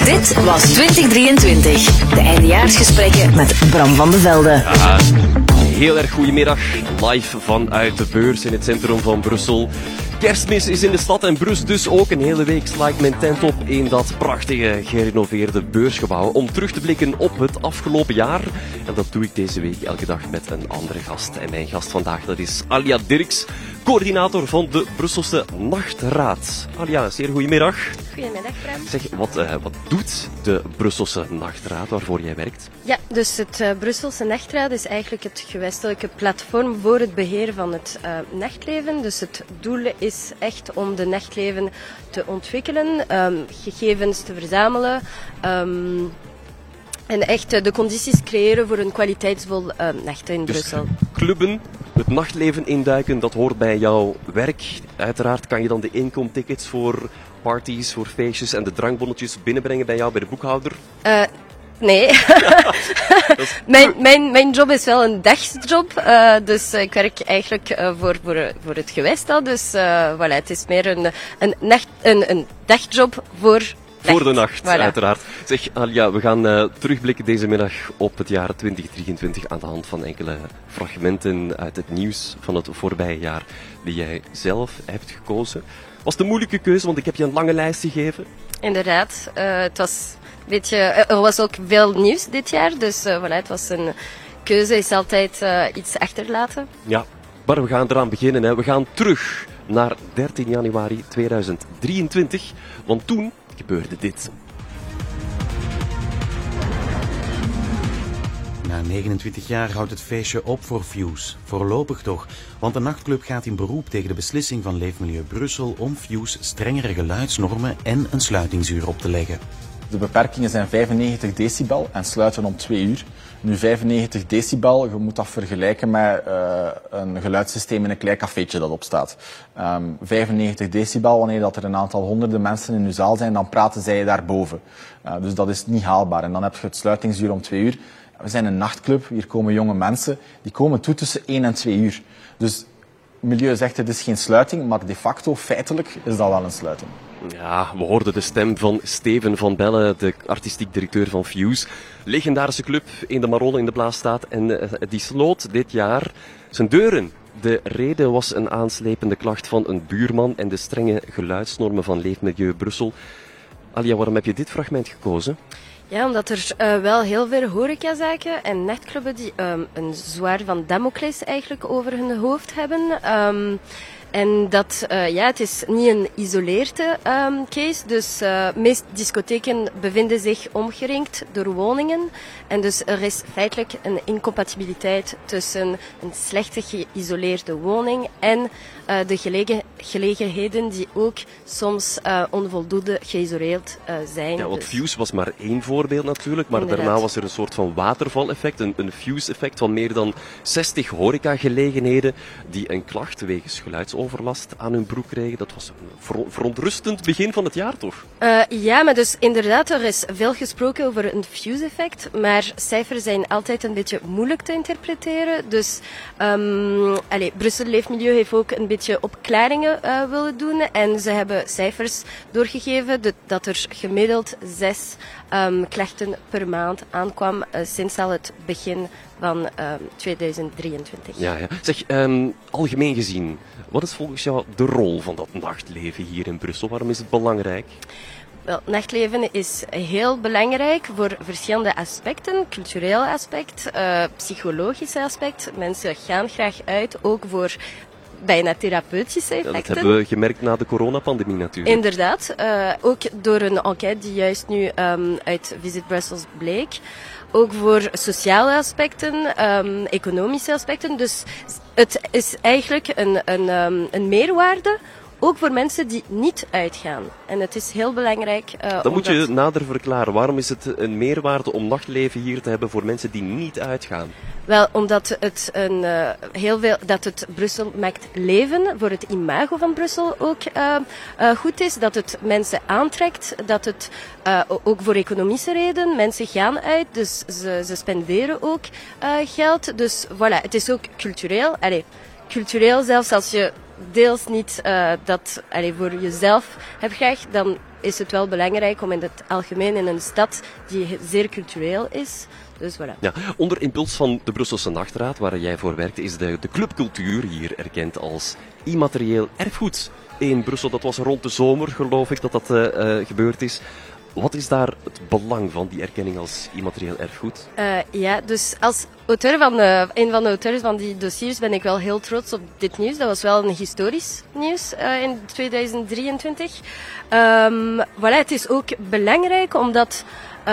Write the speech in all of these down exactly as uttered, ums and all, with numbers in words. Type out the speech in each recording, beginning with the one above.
Dit was twintig drieëntwintig. De eindejaarsgesprekken met Bram van de Velde. Ja, heel erg goedemiddag. Live vanuit de beurs in het centrum van Brussel. Kerstmis is in de stad en Brus dus ook. Een hele week sla ik mijn tent op in dat prachtige gerenoveerde beursgebouw om terug te blikken op het afgelopen jaar. En dat doe ik deze week elke dag met een andere gast. En mijn gast vandaag, dat is Alia Dirks, coördinator van de Brusselse Nachtraad. Alia, zeer goedemiddag. Goedemiddag, Bram. Zeg, wat, uh, wat doet de Brusselse Nachtraad waarvoor jij werkt? Ja, dus het uh, Brusselse Nachtraad is eigenlijk het gewestelijke platform voor het beheer van het uh, nachtleven. Dus het doel is echt om de nachtleven te ontwikkelen, um, gegevens te verzamelen um, en echt uh, de condities creëren voor een kwaliteitsvol uh, nachten in dus Brussel. Clubben, het nachtleven induiken, dat hoort bij jouw werk. Uiteraard kan je dan de inkomtickets voor parties, voor feestjes en de drankbonnetjes binnenbrengen bij jou, bij de boekhouder? Uh, Nee. mijn, mijn, mijn job is wel een dagsjob. Uh, dus ik werk eigenlijk uh, voor, voor, voor het gewest al. Dus uh, voilà, het is meer een, een, nacht, een, een dagjob voor Voor nacht. de nacht, Voilà. uiteraard. Zeg, Alia, we gaan uh, terugblikken deze middag op het jaar twintig drieëntwintig aan de hand van enkele fragmenten uit het nieuws van het voorbije jaar die jij zelf hebt gekozen. Was het een moeilijke keuze, want ik heb je een lange lijst gegeven. Inderdaad, uh, het was een beetje, er was ook veel nieuws dit jaar, dus uh, voilà, het was een keuze, is altijd uh, iets achterlaten. Ja, maar we gaan eraan beginnen. Hè. We gaan terug naar dertien januari tweeduizend drieëntwintig, want toen gebeurde dit. Na negenentwintig jaar houdt het feestje op voor Fuse. Voorlopig toch, want de nachtclub gaat in beroep tegen de beslissing van Leefmilieu Brussel om Fuse strengere geluidsnormen en een sluitingsuur op te leggen. De beperkingen zijn vijfennegentig decibel en sluiten om twee uur. Nu vijfennegentig decibel, je moet dat vergelijken met uh, een geluidssysteem in een klein cafeetje dat opstaat. Um, vijfennegentig decibel, wanneer dat er een aantal honderden mensen in uw zaal zijn, dan praten zij daarboven. Uh, dus dat is niet haalbaar. En dan heb je het sluitingsuur om twee uur. We zijn een nachtclub, hier komen jonge mensen, die komen toe tussen één en twee uur. Dus Milieu zegt het is geen sluiting, maar de facto, feitelijk, is dat wel een sluiting. Ja, we hoorden de stem van Steven van Belle, de artistiek directeur van Fuse. Legendarische club in de Marollen in de Blaasstaat. En uh, die sloot dit jaar zijn deuren. De reden was een aanslepende klacht van een buurman en de strenge geluidsnormen van Leefmilieu Brussel. Alia, waarom heb je dit fragment gekozen? Ja, omdat er uh, wel heel veel horecazaken en nachtclubben die um, een zwaard van Damocles eigenlijk over hun hoofd hebben. Um, En dat, uh, ja, het is niet een isoleerde um, case. Dus uh, de meeste discotheken bevinden zich omgeringd door woningen. En dus er is feitelijk een incompatibiliteit tussen een slechte geïsoleerde woning en uh, de gelegen, gelegenheden die ook soms uh, onvoldoende geïsoleerd uh, zijn. Ja, want dus. Fuse was maar één voorbeeld natuurlijk, maar Inderdaad. daarna was er een soort van watervaleffect, een, een Fuse-effect van meer dan zestig horecagelegenheden die een klacht wegens geluidsoverlast aan hun broek kregen. Dat was een ver- verontrustend begin van het jaar, toch? Uh, ja, maar dus inderdaad, er is veel gesproken over een Fuse-effect, maar cijfers zijn altijd een beetje moeilijk te interpreteren. Dus um, allez, Brussel Leefmilieu heeft ook een beetje opklaringen uh, willen doen en ze hebben cijfers doorgegeven de, dat er gemiddeld zes um, klachten per maand aankwam uh, sinds al het begin van um, tweeduizend drieëntwintig. Ja, ja. Zeg, um, algemeen gezien, wat is volgens jou de rol van dat nachtleven hier in Brussel? Waarom is het belangrijk? Wel, nachtleven is heel belangrijk voor verschillende aspecten. Cultureel aspect, uh, psychologisch aspect. Mensen gaan graag uit, ook voor bijna therapeutische Ja, effecten. dat hebben we gemerkt na de coronapandemie natuurlijk. Inderdaad, uh, ook door een enquête die juist nu um, uit Visit Brussels bleek. Ook voor sociale aspecten, um, economische aspecten. Dus het is eigenlijk een, een, um, een meerwaarde. Ook voor mensen die niet uitgaan. En het is heel belangrijk. Uh, Dan omdat... moet je nader verklaren. Waarom is het een meerwaarde om nachtleven hier te hebben voor mensen die niet uitgaan? Wel, omdat het, een, uh, heel veel, dat het Brussel maakt leven, voor het imago van Brussel ook uh, uh, goed is. Dat het mensen aantrekt, dat het uh, ook voor economische redenen, mensen gaan uit, dus ze, ze spenderen ook uh, geld. Dus voilà, het is ook cultureel. Allee, cultureel zelfs als je deels niet uh, dat allee, voor jezelf hebt graag, dan is het wel belangrijk om in het algemeen in een stad die zeer cultureel is. Dus voilà. Ja, onder impuls van de Brusselse Nachtraad, waar jij voor werkt, is de, de clubcultuur hier erkend als immaterieel erfgoed in Brussel. Dat was rond de zomer, geloof ik, dat dat uh, uh, gebeurd is. Wat is daar het belang van, die erkenning als immaterieel erfgoed? Uh, ja, dus als auteur van, uh, een van de auteurs van die dossiers ben ik wel heel trots op dit nieuws. Dat was wel een historisch nieuws uh, in tweeduizend drieëntwintig. Um, voilà, het is ook belangrijk omdat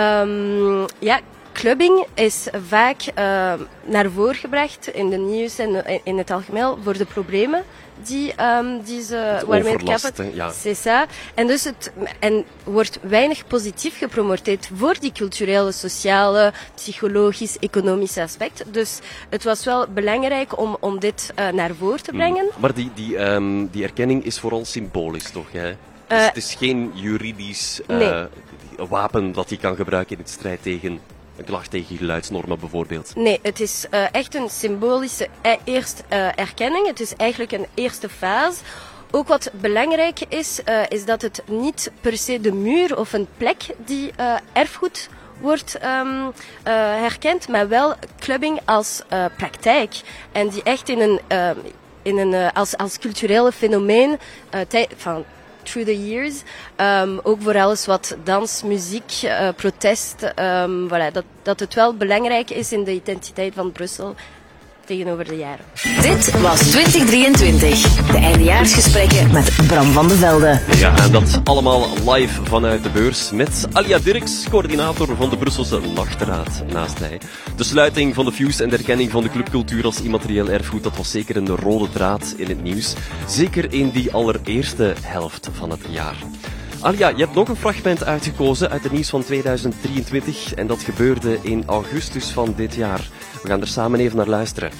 um, ja, clubbing is vaak uh, naar voren gebracht in de nieuws en in het algemeen voor de problemen die, um, die ze waarmee het kappen. Ja. C'est ça. En dus het en wordt weinig positief gepromoteerd voor die culturele, sociale, psychologisch, economische aspect. Dus het was wel belangrijk om, om dit uh, naar voren te brengen. Mm. Maar die, die, um, die erkenning is vooral symbolisch, toch? Hè? Dus Uh, het is geen juridisch uh, nee. wapen dat je kan gebruiken in de strijd tegen een klacht tegen geluidsnormen bijvoorbeeld. Nee, het is uh, echt een symbolische uh, eerst uh, erkenning. Het is eigenlijk een eerste fase. Ook wat belangrijk is, uh, is dat het niet per se de muur of een plek die uh, erfgoed wordt um, uh, herkend, maar wel clubbing als uh, praktijk. En die echt in een, uh, in een, uh, als, als culturele fenomeen uh, tij- van through the years. Um, ook voor alles wat dans, muziek, uh, protest. Um, voilà, dat, dat het wel belangrijk is in de identiteit van Brussel tegenover de jaren. Dit was twintig drieëntwintig. De eindejaarsgesprekken met Bram van de Velde. Ja, en dat allemaal live vanuit de beurs met Alia Dirks, coördinator van de Brusselse Nachtraad, naast mij. De sluiting van de Fuse en de erkenning van de clubcultuur als immaterieel erfgoed, dat was zeker een rode draad in het nieuws. Zeker in die allereerste helft van het jaar. Alia, je hebt nog een fragment uitgekozen uit het nieuws van tweeduizend drieëntwintig en dat gebeurde in augustus van dit jaar. We gaan er samen even naar luisteren.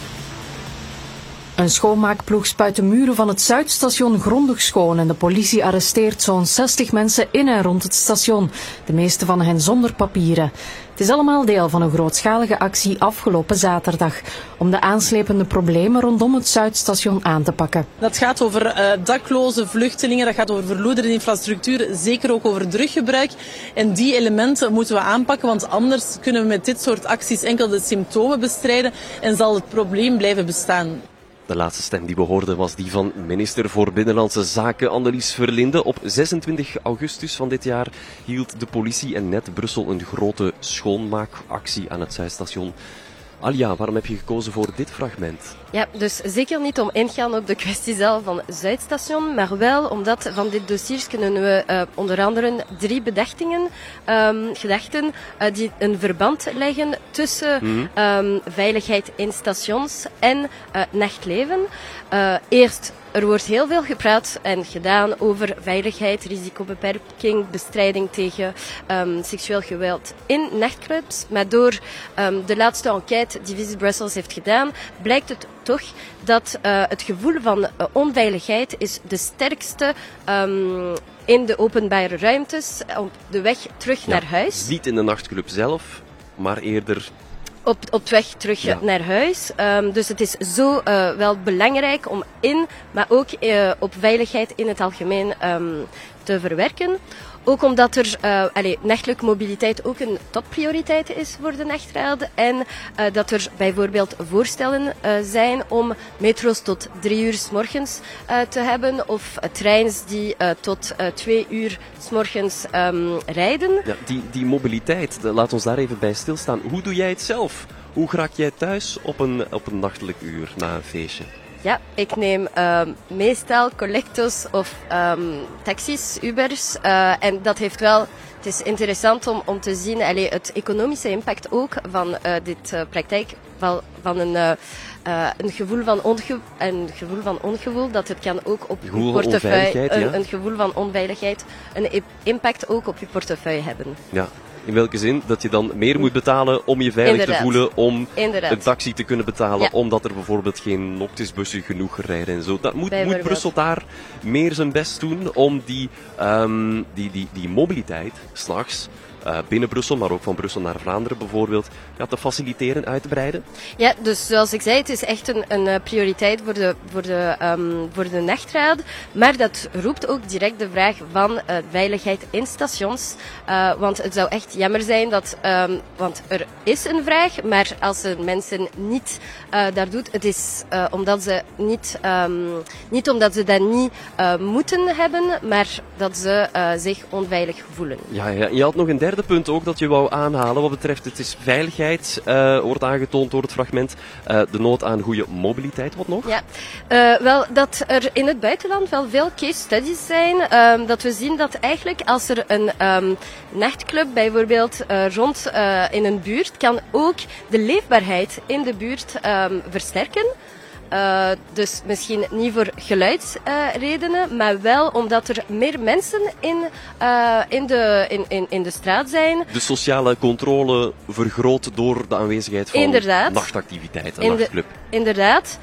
Een schoonmaakploeg spuit de muren van het Zuidstation grondig schoon en de politie arresteert zo'n zestig mensen in en rond het station. De meeste van hen zonder papieren. Het is allemaal deel van een grootschalige actie afgelopen zaterdag om de aanslepende problemen rondom het Zuidstation aan te pakken. Dat gaat over uh, dakloze vluchtelingen, dat gaat over verloederde infrastructuur, zeker ook over druggebruik. En die elementen moeten we aanpakken, want anders kunnen we met dit soort acties enkel de symptomen bestrijden en zal het probleem blijven bestaan. De laatste stem die we hoorden was die van minister voor Binnenlandse Zaken Annelies Verlinde. Op zesentwintig augustus van dit jaar hield de politie en net Brussel een grote schoonmaakactie aan het Zuidstation. Alia, waarom heb je gekozen voor dit fragment? Ja, dus zeker niet om in te gaan op de kwestie zelf van Zuidstation, maar wel omdat van dit dossier kunnen we uh, onder andere drie bedachtingen, um, gedachten uh, die een verband leggen tussen mm-hmm. um, veiligheid in stations en uh, nachtleven. Uh, eerst, er wordt heel veel gepraat en gedaan over veiligheid, risicobeperking, bestrijding tegen um, seksueel geweld in nachtclubs. Maar door um, de laatste enquête die Visit Brussels heeft gedaan, blijkt het toch dat uh, het gevoel van uh, onveiligheid is de sterkste um, in de openbare ruimtes op de weg terug ja, naar huis. Niet in de nachtclub zelf, maar eerder Op, op weg terug ja. naar huis. Um, dus het is zo uh, wel belangrijk om in, maar ook uh, op veiligheid in het algemeen um, te verwerken. Ook omdat er uh, allez, nachtelijke mobiliteit ook een topprioriteit is voor de nachtraad. En uh, dat er bijvoorbeeld voorstellen uh, zijn om metro's tot drie uur 's morgens uh, te hebben. Of uh, treins die uh, tot uh, twee uur 's morgens um, rijden. Ja, die, die mobiliteit, laat ons daar even bij stilstaan. Hoe doe jij het zelf? Hoe raak jij thuis op een, op een nachtelijk uur na een feestje? Ja, ik neem uh, meestal collectos of um, taxis, Ubers. Uh, en dat heeft wel, het is interessant om, om te zien, allee, het economische impact ook van uh, dit uh, praktijk, van, van een, uh, uh, een, gevoel van onge, een gevoel van ongevoel, dat het kan ook op gevoel je portefeuille, ja. een, een gevoel van onveiligheid, een impact ook op je portefeuille hebben. Ja. In welke zin? Dat je dan meer moet betalen om je veilig Inderdaad. te voelen, om Inderdaad. een taxi te kunnen betalen, Ja. omdat er bijvoorbeeld geen Noctisbussen genoeg rijden en zo. Dat moet, moet Brussel daar meer zijn best doen om die, um, die, die, die mobiliteit, 's nachts, uh, binnen Brussel, maar ook van Brussel naar Vlaanderen bijvoorbeeld, ja, te faciliteren, uit te breiden? Ja, dus zoals ik zei, het is echt een, een prioriteit voor de, voor, de, um, voor de nachtraad. Maar dat roept ook direct de vraag van uh, veiligheid in stations. Uh, want het zou echt jammer zijn dat, um, want er is een vraag, maar als de mensen niet uh, daar doet, het is uh, omdat ze niet, um, niet omdat ze dat niet uh, moeten hebben, maar dat ze uh, zich onveilig voelen. Ja, ja, je had nog een derde punt ook dat je wou aanhalen wat betreft het is veiligheid, uh, wordt aangetoond door het fragment, uh, de nood aan goede mobiliteit. Wat nog? Ja, uh, wel dat er in het buitenland wel veel case studies zijn, um, dat we zien dat eigenlijk als er een um, nachtclub bijvoorbeeld uh, rond uh, in een buurt, kan ook de leefbaarheid in de buurt um, versterken. Uh, dus misschien niet voor geluidsredenen, uh, maar wel omdat er meer mensen in, uh, in, de, in, in, in de straat zijn. De sociale controle vergroot door de aanwezigheid van Inderdaad. nachtactiviteiten, In nachtclub. De, inderdaad.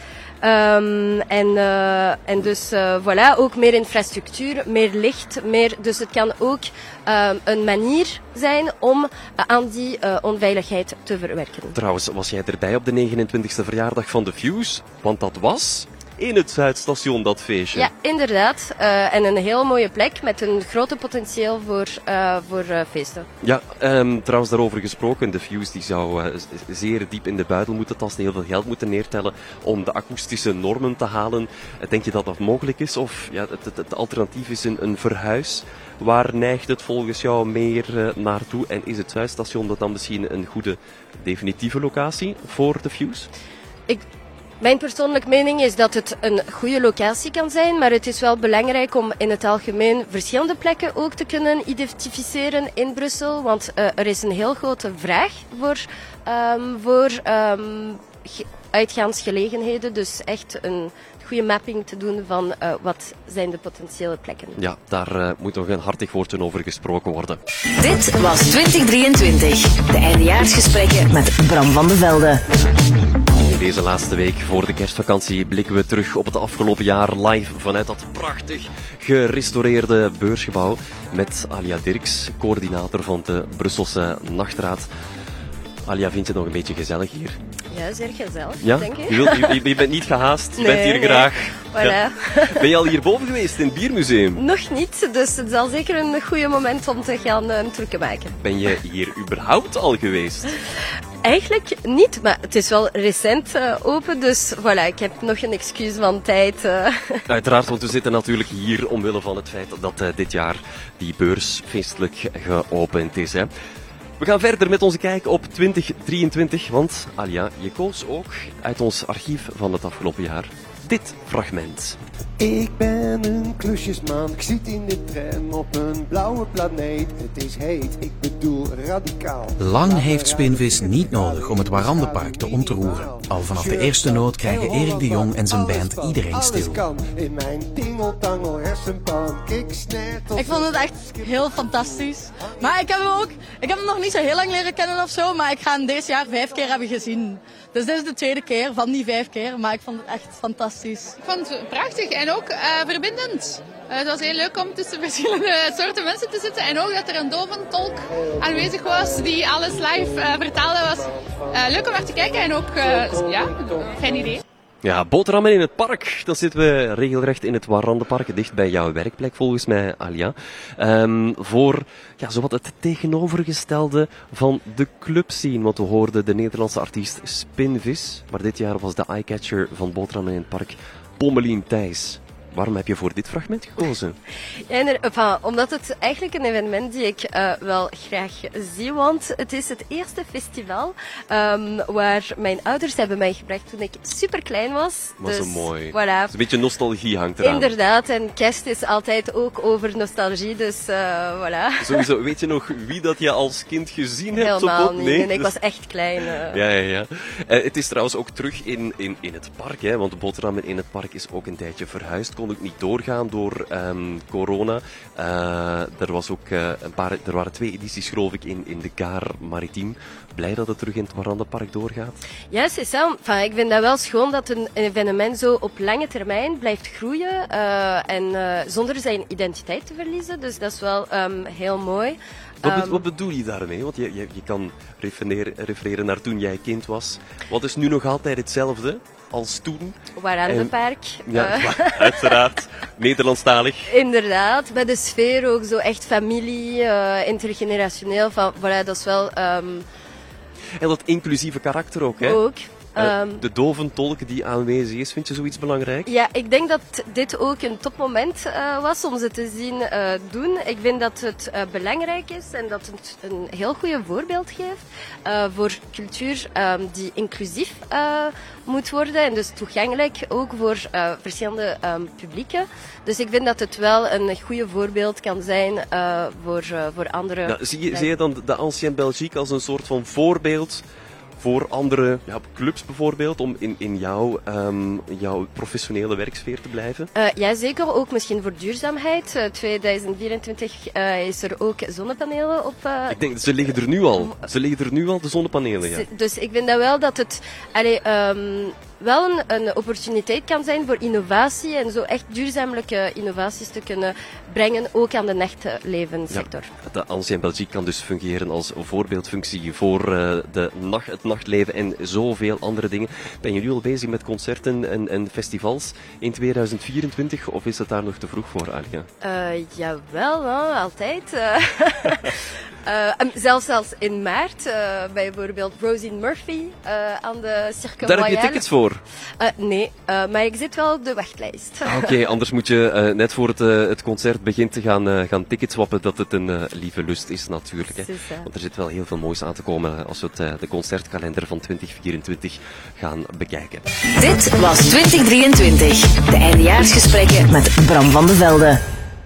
Um, en, uh, en dus uh, voilà, ook meer infrastructuur, meer licht, meer, dus het kan ook uh, een manier zijn om uh, aan die uh, onveiligheid te verwerken. Trouwens, was jij erbij op de negenentwintigste verjaardag van de Fuse? Want dat was in het Zuidstation, dat feestje. Ja, inderdaad. Uh, en een heel mooie plek met een grote potentieel voor, uh, voor uh, feesten. Ja, um, trouwens daarover gesproken, de Fuse die zou uh, zeer diep in de buidel moeten tasten, heel veel geld moeten neertellen om de akoestische normen te halen. Denk je dat dat mogelijk is? Of ja, het, het, het alternatief is een, een verhuis? Waar neigt het volgens jou meer uh, naartoe? En is het Zuidstation dat dan misschien een goede definitieve locatie voor de Fuse? Ik... Mijn persoonlijke mening is dat het een goede locatie kan zijn, maar het is wel belangrijk om in het algemeen verschillende plekken ook te kunnen identificeren in Brussel, want uh, er is een heel grote vraag voor, um, voor um, uitgaansgelegenheden, dus echt een goede mapping te doen van uh, wat zijn de potentiële plekken. Ja, daar uh, moet nog een hartig woordje over gesproken worden. Dit was twintig drieëntwintig, de eindejaarsgesprekken met Bram van de Velde. Deze laatste week voor de kerstvakantie blikken we terug op het afgelopen jaar live vanuit dat prachtig gerestaureerde beursgebouw met Alia Dirks, coördinator van de Brusselse Nachtraad. Alia, vind je het nog een beetje gezellig hier? Ja, zeer gezellig, ja? denk ik. Je, wilt, je, je bent niet gehaast, je nee, bent hier nee. graag. Voilà. Ja. Ben je al hierboven geweest in het Biermuseum? Nog niet, dus het zal zeker een goede moment om te gaan uh, trucken maken. Ben je hier überhaupt al geweest? Eigenlijk niet, maar het is wel recent uh, open, dus voilà, ik heb nog een excuus van tijd. Uh. Uiteraard, want we zitten natuurlijk hier omwille van het feit dat uh, dit jaar die beurs feestelijk geopend is. Hè. We gaan verder met onze kijk op twintig drieëntwintig, want Alia, je koos ook uit ons archief van het afgelopen jaar dit fragment. Ik ben een klusjesman, ik zit in de tram op een blauwe planeet. Het is heet, ik bedoel radicaal. Lang heeft Spinvis niet nodig om het Warandenpark te ontroeren. Al vanaf de eerste noot krijgen Erik de Jong en zijn band iedereen stil. In mijn tingeltangel hersenpan, kiksnet. Ik vond het echt heel fantastisch. Maar ik heb hem ook, ik heb hem nog niet zo heel lang leren kennen of zo, maar ik ga hem deze jaar vijf keer hebben gezien. Dus dit is de tweede keer van die vijf keer, maar ik vond het echt fantastisch. Ik vond het prachtig en ook uh, verbindend. Uh, het was heel leuk om tussen verschillende soorten mensen te zitten en ook dat er een doventolk aanwezig was die alles live uh, vertaalde. Was uh, leuk om naar te kijken en ook, uh, ja, fijn idee. Ja, boterhammen in het park. Dan zitten we regelrecht in het Warandenpark, dicht bij jouw werkplek volgens mij, Alia. Um, voor ja, zowat het tegenovergestelde van de clubscene. Want we hoorden de Nederlandse artiest Spinvis. Maar dit jaar was de eyecatcher van boterhammen in het park Pommelien Thijs. Waarom heb je voor dit fragment gekozen? Ja, enfin, omdat het eigenlijk een evenement die ik uh, wel graag zie, want het is het eerste festival um, waar mijn ouders hebben mij gebracht toen ik super klein was. Was dus, zo mooi. Voilà. Dus een beetje nostalgie hangt eraan. Inderdaad, en kerst is altijd ook over nostalgie, dus uh, voilà. Sowieso, weet je nog wie dat je als kind gezien hebt? Helemaal niet, nee, en ik dus... was echt klein. Uh. Ja, ja, ja. Uh, het is trouwens ook terug in, in, in het park, hè, want de boterhammen in het park is ook een tijdje verhuisd, kon kon ook niet doorgaan door um, corona. Uh, er, was ook, uh, een paar, er waren twee edities, geloof ik, in, in de Gare Maritiem. Blij dat het terug in het Warandenpark doorgaat? Ja, c'est ça. Enfin, ik vind dat wel schoon dat een evenement zo op lange termijn blijft groeien uh, en uh, zonder zijn identiteit te verliezen. Dus dat is wel um, heel mooi. Wat, be- Um, wat bedoel je daarmee? Want je, je, je kan refereren, refereren naar toen jij kind was. Wat is nu nog altijd hetzelfde als toen? Warandenpark. Ja, uh, uiteraard. Nederlandstalig. Inderdaad, bij de sfeer ook zo echt familie, uh, intergenerationeel. Van, voilà, dat is wel... Um, En dat inclusieve karakter ook, hè? ook. Uh, Um, de doventolk die aanwezig is, vind je zoiets belangrijk? Ja, ik denk dat dit ook een topmoment uh, was om ze te zien uh, doen. Ik vind dat het uh, belangrijk is en dat het een heel goed voorbeeld geeft uh, voor cultuur um, die inclusief uh, moet worden en dus toegankelijk ook voor uh, verschillende um, publieken. Dus ik vind dat het wel een goed voorbeeld kan zijn uh, voor, uh, voor andere... Ja, zie, je, zie je dan de Ancien Belgique als een soort van voorbeeld voor andere ja, clubs bijvoorbeeld, om in, in jouw, um, jouw professionele werksfeer te blijven? Uh, ja, zeker. Ook misschien voor duurzaamheid. Uh, tweeduizend vierentwintig uh, is er ook zonnepanelen op. Uh, ik denk, ze liggen er nu al. Ze liggen er nu al, de zonnepanelen, ja. Dus ik vind dat wel dat het allee, um, wel een, een opportuniteit kan zijn voor innovatie en zo echt duurzamelijke innovaties te kunnen brengen, ook aan de nachtlevensector. Ja, de Ancien Belgique kan dus fungeren als voorbeeldfunctie voor uh, de nacht, het nachtleven en zoveel andere dingen. Ben je nu al bezig met concerten en, en festivals in tweeduizend vierentwintig of is het daar nog te vroeg voor, Alia? Uh, jawel, hè, altijd. Uh, uh, zelfs zelfs in maart, uh, bijvoorbeeld Rosie Murphy uh, aan de Cirque Daar Royale. heb je tickets voor? Uh, nee, uh, maar ik zit wel op de wachtlijst. Oké, okay, anders moet je uh, net voor het, uh, het concert begint te gaan, uh, gaan tickets swappen, dat het een uh, lieve lust is natuurlijk. Hè. Want er zit wel heel veel moois aan te komen als we het, uh, de concertkalender van twintig vierentwintig gaan bekijken. Dit was twintig drieëntwintig, de eindejaarsgesprekken met Bram van de Velde.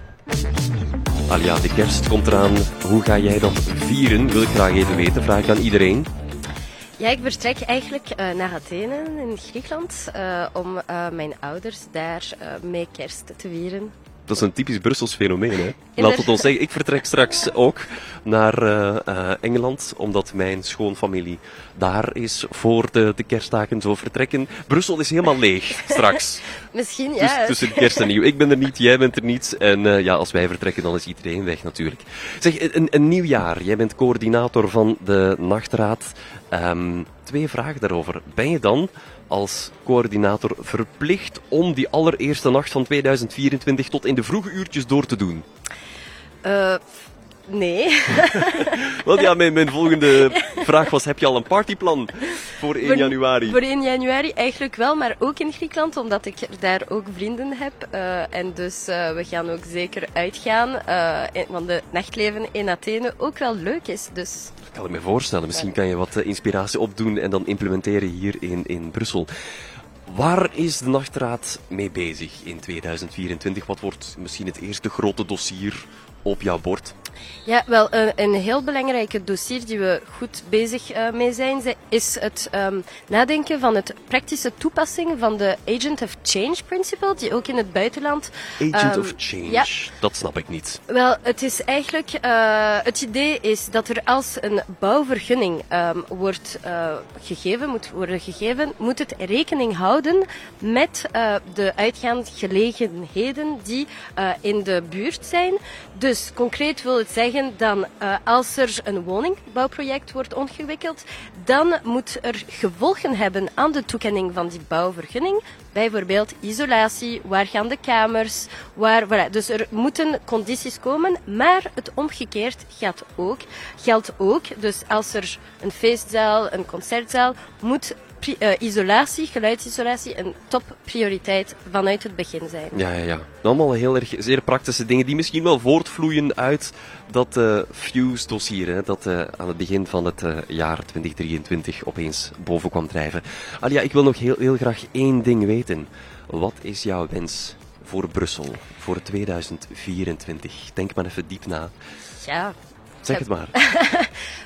Alia, de kerst komt eraan. Hoe ga jij dat vieren? Wil ik graag even weten. Vraag ik aan iedereen. Ja, ik vertrek eigenlijk uh, naar Athene in Griekenland uh, om uh, mijn ouders daar uh, mee kerst te vieren. Dat is een typisch Brussels fenomeen, hè? Laat het ons zeggen. Ik vertrek straks ook naar uh, uh, Engeland, omdat mijn schoonfamilie daar is voor de, de kerstdagen. Zo vertrekken. Brussel is helemaal leeg straks. Misschien, ja. Dus, tussen kerst en nieuw. Ik ben er niet, jij bent er niet. En uh, ja, als wij vertrekken, dan is iedereen weg natuurlijk. Zeg, een, een nieuw jaar. Jij bent coördinator van de Nachtraad. Um, twee vragen daarover. Ben je dan als coördinator verplicht om die allereerste nacht van tweeduizend vierentwintig tot in de vroege uurtjes door te doen? Uh, nee. Wel ja, mijn, mijn volgende vraag was, heb je al een partyplan voor één januari? Voor één januari eigenlijk wel, maar ook in Griekenland, omdat ik daar ook vrienden heb. Uh, en dus uh, we gaan ook zeker uitgaan, uh, want de nachtleven in Athene ook wel leuk is. Dus. Dat kan ik me voorstellen. Misschien kan je wat inspiratie opdoen en dan implementeren hier in, in Brussel. Waar is de Nachtraad mee bezig in tweeduizend vierentwintig? Wat wordt misschien het eerste grote dossier op jouw bord? Ja, wel, een, een heel belangrijke dossier die we goed bezig uh, mee zijn, is het um, nadenken van het praktische toepassing van de Agent of Change Principle, die ook in het buitenland... Agent um, of Change, ja. Dat snap ik niet. Wel, het is eigenlijk, uh, het idee is dat er als een bouwvergunning um, wordt uh, gegeven, moet worden gegeven, moet het rekening houden met uh, de uitgaande gelegenheden die uh, in de buurt zijn. Dus concreet wil het zeggen dan uh, als er een woningbouwproject wordt ontwikkeld, dan moet er gevolgen hebben aan de toekenning van die bouwvergunning. Bijvoorbeeld isolatie, waar gaan de kamers, waar, voilà. Dus er moeten condities komen, maar het omgekeerd gaat ook, geldt ook. Dus als er een feestzaal, een concertzaal, moet Uh, isolatie, geluidsisolatie, een topprioriteit vanuit het begin zijn. Ja, ja, ja. Allemaal heel erg zeer praktische dingen die misschien wel voortvloeien uit dat uh, Fuse-dossier, hè, dat uh, aan het begin van het uh, jaar twintig drieëntwintig opeens boven kwam drijven. Alia, ik wil nog heel, heel graag één ding weten. Wat is jouw wens voor Brussel, voor tweeduizend vierentwintig? Denk maar even diep na. Ja. Zeg het maar.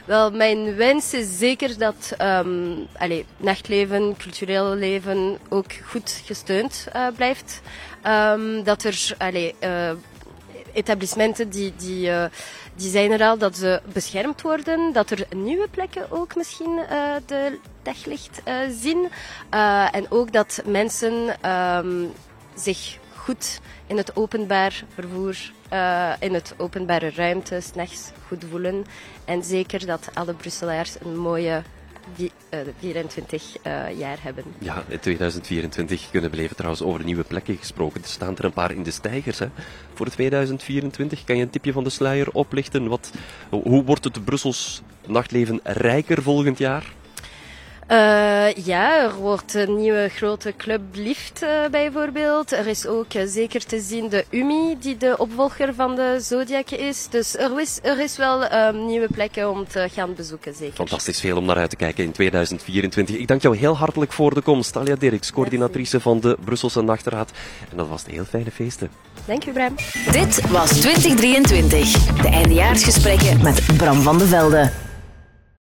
Wel, mijn wens is zeker dat um, allez, nachtleven, cultureel leven ook goed gesteund uh, blijft. Um, dat er allez, uh, etablissementen die, die, uh, die zijn er al, dat ze beschermd worden. Dat er nieuwe plekken ook misschien uh, de daglicht uh, zien. Uh, en ook dat mensen um, zich goed in het openbaar vervoer, uh, in het openbare ruimte, 's nachts goed voelen. En zeker dat alle Brusselaars een mooie vierentwintig uh, jaar hebben. Ja, in tweeduizend vierentwintig kunnen beleven. Trouwens, over nieuwe plekken gesproken. Er staan er een paar in de stijgers, hè, voor tweeduizend vierentwintig. Kan je een tipje van de sluier oplichten? Wat, hoe wordt het Brussels nachtleven rijker volgend jaar? Uh, ja, er wordt een nieuwe grote club Lift uh, bijvoorbeeld. Er is ook uh, zeker te zien de U M I, die de opvolger van de Zodiac is. Dus er is, er is wel um, nieuwe plekken om te gaan bezoeken, zeker. Fantastisch veel om naar uit te kijken in tweeduizend vierentwintig. Ik dank jou heel hartelijk voor de komst. Talia Dirks, coördinatrice van de Brusselse Nachtraad. En dat was een heel fijne feesten. Dank u, Bram. Dit was twintig drieëntwintig. De eindejaarsgesprekken met Bram van de Velde.